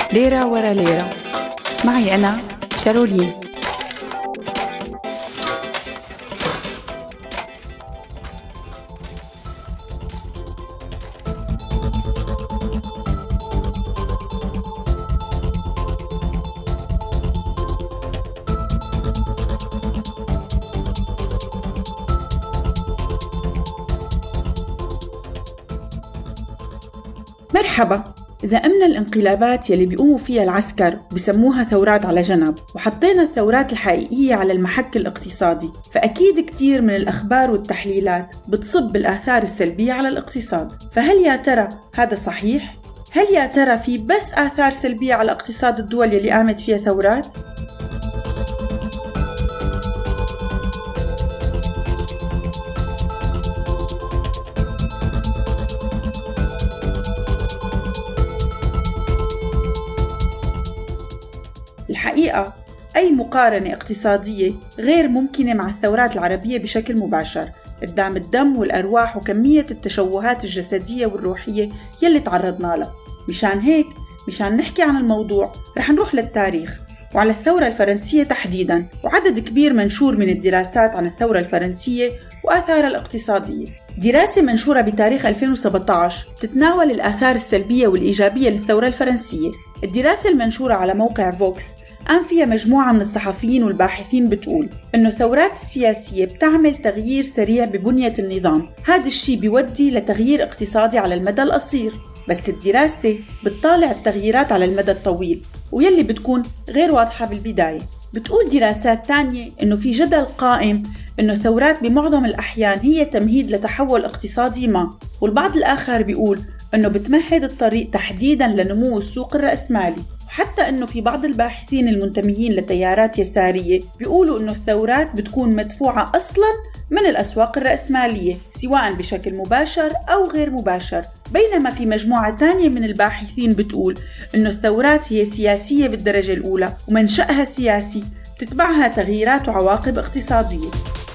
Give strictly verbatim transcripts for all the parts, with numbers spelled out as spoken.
ليرة ورا ليرة، معي أنا كارولين. مرحبا. إذا أمنا الانقلابات يلي بيقوموا فيها العسكر بسموها ثورات على جنب، وحطينا الثورات الحقيقية على المحك الاقتصادي، فأكيد كتير من الأخبار والتحليلات بتصب بالآثار السلبية على الاقتصاد. فهل يا ترى هذا صحيح؟ هل يا ترى في بس آثار سلبية على اقتصاد الدول يلي قامت فيها ثورات؟ الحقيقة أي مقارنة اقتصادية غير ممكنة مع الثورات العربية بشكل مباشر قدام الدم والأرواح وكمية التشوهات الجسدية والروحية يلي تعرضنا لها. مشان هيك مشان نحكي عن الموضوع رح نروح للتاريخ وعلى الثورة الفرنسية تحديداً، وعدد كبير منشور من الدراسات عن الثورة الفرنسية وآثارها الاقتصادية. دراسة منشورة بتاريخ ألفين وسبعة عشر تتناول الآثار السلبية والإيجابية للثورة الفرنسية. الدراسة المنشورة على موقع فوكس قام فيها مجموعة من الصحفيين والباحثين بتقول إنه الثورات السياسية بتعمل تغيير سريع ببنية النظام، هذا الشيء بيودي لتغيير اقتصادي على المدى القصير. بس الدراسة بتطالع التغييرات على المدى الطويل ويلي بتكون غير واضحة بالبداية. بتقول دراسات تانية إنه في جدل قائم إنه الثورات بمعظم الأحيان هي تمهيد لتحول اقتصادي ما، والبعض الآخر بيقول إنه بتمهد الطريق تحديداً لنمو السوق الرأسمالي. وحتى إنه في بعض الباحثين المنتميين لتيارات يسارية بيقولوا إنه الثورات بتكون مدفوعة أصلاً من الأسواق الرأسمالية سواء بشكل مباشر أو غير مباشر، بينما في مجموعة تانية من الباحثين بتقول إنه الثورات هي سياسية بالدرجة الأولى ومنشأها سياسي تتبعها تغييرات وعواقب اقتصادية.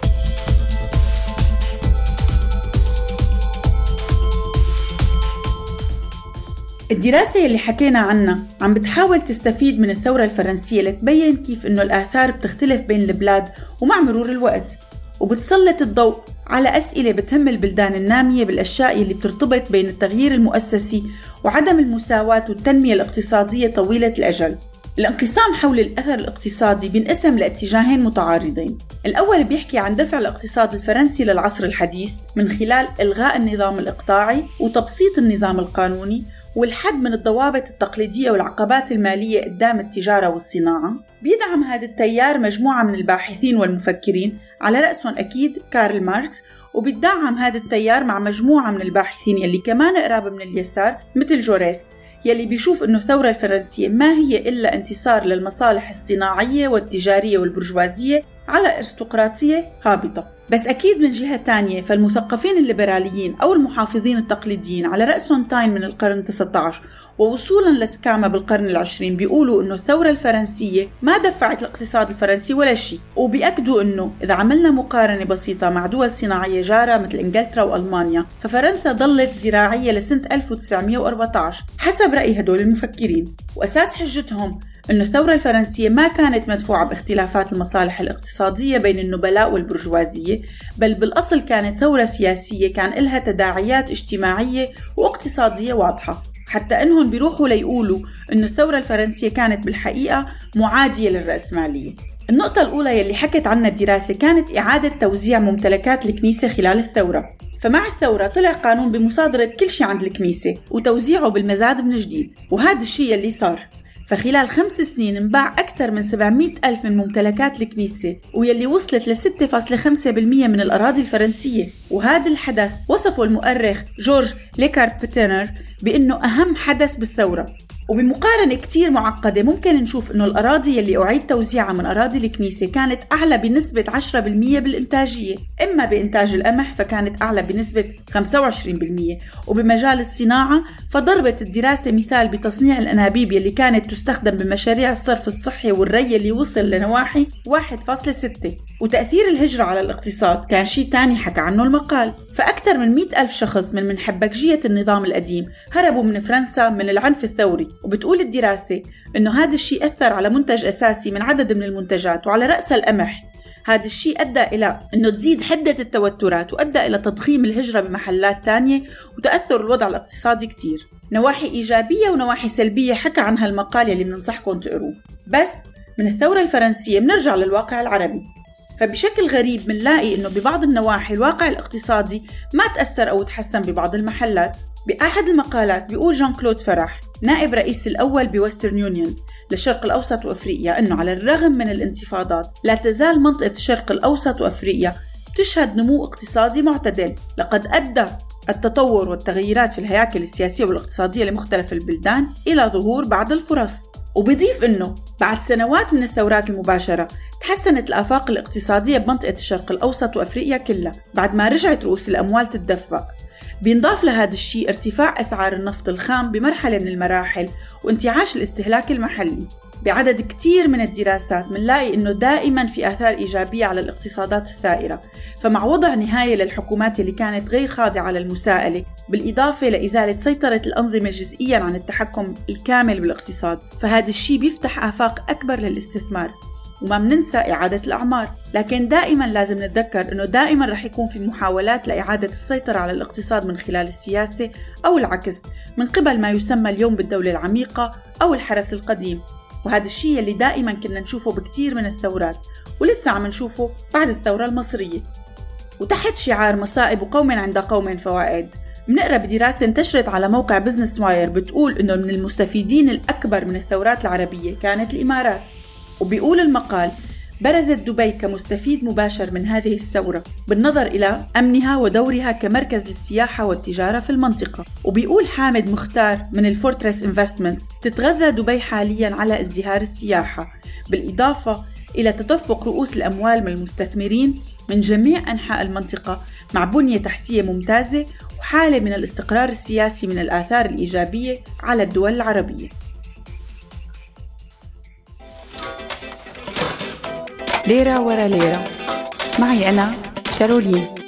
الدراسة اللي حكينا عنها عم بتحاول تستفيد من الثورة الفرنسية لتبين كيف إنه الآثار بتختلف بين البلاد ومع مرور الوقت، وبتسلط الضوء على أسئلة بتهم البلدان النامية بالأشياء اللي بترتبط بين التغيير المؤسسي وعدم المساواة والتنمية الاقتصادية طويلة الأجل. الانقسام حول الأثر الاقتصادي بينقسم لاتجاهين متعارضين. الأول بيحكي عن دفع الاقتصاد الفرنسي للعصر الحديث من خلال إلغاء النظام الإقطاعي وتبسيط النظام القانوني والحد من الضوابط التقليدية والعقبات المالية قدام التجارة والصناعة. بيدعم هذا التيار مجموعة من الباحثين والمفكرين على رأسهم أكيد كارل ماركس، وبيدعم هذا التيار مع مجموعة من الباحثين يلي كمان قراب من اليسار مثل جوريس يلي بيشوف إنه الثورة الفرنسية ما هي إلا انتصار للمصالح الصناعية والتجارية والبرجوازية على أرستقراطية هابطة. بس أكيد من جهة تانية فالمثقفين الليبراليين أو المحافظين التقليديين على رأسهم تاين من القرن التاسع عشر ووصولاً لسكاما بالقرن العشرين بيقولوا إنه الثورة الفرنسية ما دفعت الاقتصاد الفرنسي ولا شيء، وبيأكدوا إنه إذا عملنا مقارنة بسيطة مع دول صناعية جارة مثل إنجلترا وألمانيا ففرنسا ظلت زراعية لسنة ألف وتسعمية وأربعة عشر حسب رأي هدول المفكرين. وأساس حجتهم إنه الثورة الفرنسية ما كانت مدفوعة باختلافات المصالح الاقتصادية بين النبلاء والبرجوازية، بل بالأصل كانت ثورة سياسية كان إلها تداعيات اجتماعية واقتصادية واضحة، حتى إنهم بيروحوا ليقولوا إنه الثورة الفرنسية كانت بالحقيقة معادية للرأسمالية. النقطة الأولى يلي حكت عنها الدراسة كانت إعادة توزيع ممتلكات الكنيسة خلال الثورة. فمع الثورة طلع قانون بمصادرة كل شيء عند الكنيسة وتوزيعه بالمزاد من جديد، وهذا الشيء يلي صار. فخلال خمس سنين انباع أكثر من سبعمية ألف من ممتلكات الكنيسة واللي وصلت ل ستة فاصلة خمسة بالمية من الأراضي الفرنسية. وهذا الحدث وصفه المؤرخ جورج ليكاربتنر بأنه أهم حدث بالثورة. وبمقارنة كتير معقدة ممكن نشوف أنه الأراضي يلي أعيد توزيعها من أراضي الكنيسة كانت أعلى بنسبة عشرة بالمية بالإنتاجية، إما بإنتاج القمح فكانت أعلى بنسبة خمسة وعشرين بالمية، وبمجال الصناعة فضربت الدراسة مثال بتصنيع الأنابيب يلي كانت تستخدم بمشاريع الصرف الصحي والري اللي وصل لنواحي واحد فاصلة ستة. وتأثير الهجرة على الاقتصاد كان شيء تاني حكى عنه المقال. فأكثر من مئة ألف شخص من منحبكجية النظام القديم هربوا من فرنسا من العنف الثوري. وبتقول الدراسة إنه هذا الشيء أثر على منتج أساسي من عدد من المنتجات وعلى رأسها القمح. هذا الشيء أدى إلى إنه تزيد حدة التوترات وأدى إلى تضخيم الهجرة بمحلات تانية وتأثر الوضع الاقتصادي كتير. نواحي إيجابية ونواحي سلبية حكى عنها المقال اللي بننصحكم تقروه. بس من الثورة الفرنسية بنرجع للواقع العربي. فبشكل غريب منلاقي إنه ببعض النواحي الواقع الاقتصادي ما تأثر أو تحسن ببعض المحلات. بأحد المقالات بيقول جان كلود فرح نائب رئيس الأول بويسترن يونيون للشرق الأوسط وأفريقيا إنه على الرغم من الانتفاضات لا تزال منطقة الشرق الأوسط وأفريقيا تشهد نمو اقتصادي معتدل. لقد أدى التطور والتغييرات في الهياكل السياسية والاقتصادية لمختلف البلدان إلى ظهور بعض الفرص. وبيضيف إنه بعد سنوات من الثورات المباشرة تحسنت الآفاق الاقتصادية بمنطقة الشرق الأوسط وأفريقيا كلها بعد ما رجعت رؤوس الأموال تتدفق. بينضاف لهذا الشيء ارتفاع أسعار النفط الخام بمرحلة من المراحل وانتعاش الاستهلاك المحلي. بعدد كتير من الدراسات منلاقي إنه دائما في آثار إيجابية على الاقتصادات الثائرة. فمع وضع نهاية للحكومات اللي كانت غير خاضعة للمساءلة بالإضافة لإزالة سيطرة الأنظمة جزئيا عن التحكم الكامل بالاقتصاد، فهذا الشيء بيفتح آفاق أكبر للاستثمار. وما مننسى إعادة الأعمار، لكن دائما لازم نتذكر أنه دائما رح يكون في محاولات لإعادة السيطرة على الاقتصاد من خلال السياسة أو العكس من قبل ما يسمى اليوم بالدولة العميقة أو الحرس القديم. وهذا الشيء اللي دائما كنا نشوفه بكتير من الثورات ولسه عم نشوفه بعد الثورة المصرية. وتحت شعار مصائب قوم عند قوم فوائد بنقرأ بدراسة انتشرت على موقع بزنس واير بتقول أنه من المستفيدين الأكبر من الثورات العربية كانت الإمارات. وبيقول المقال برزت دبي كمستفيد مباشر من هذه الثورة بالنظر إلى أمنها ودورها كمركز للسياحة والتجارة في المنطقة. وبيقول حامد مختار من الفورترس انفستمنتس تتغذى دبي حاليا على ازدهار السياحة بالإضافة إلى تدفق رؤوس الأموال من المستثمرين من جميع أنحاء المنطقة مع بنية تحتية ممتازة وحالة من الاستقرار السياسي من الآثار الإيجابية على الدول العربية. ليرة ورا ليرة معي أنا كارولين.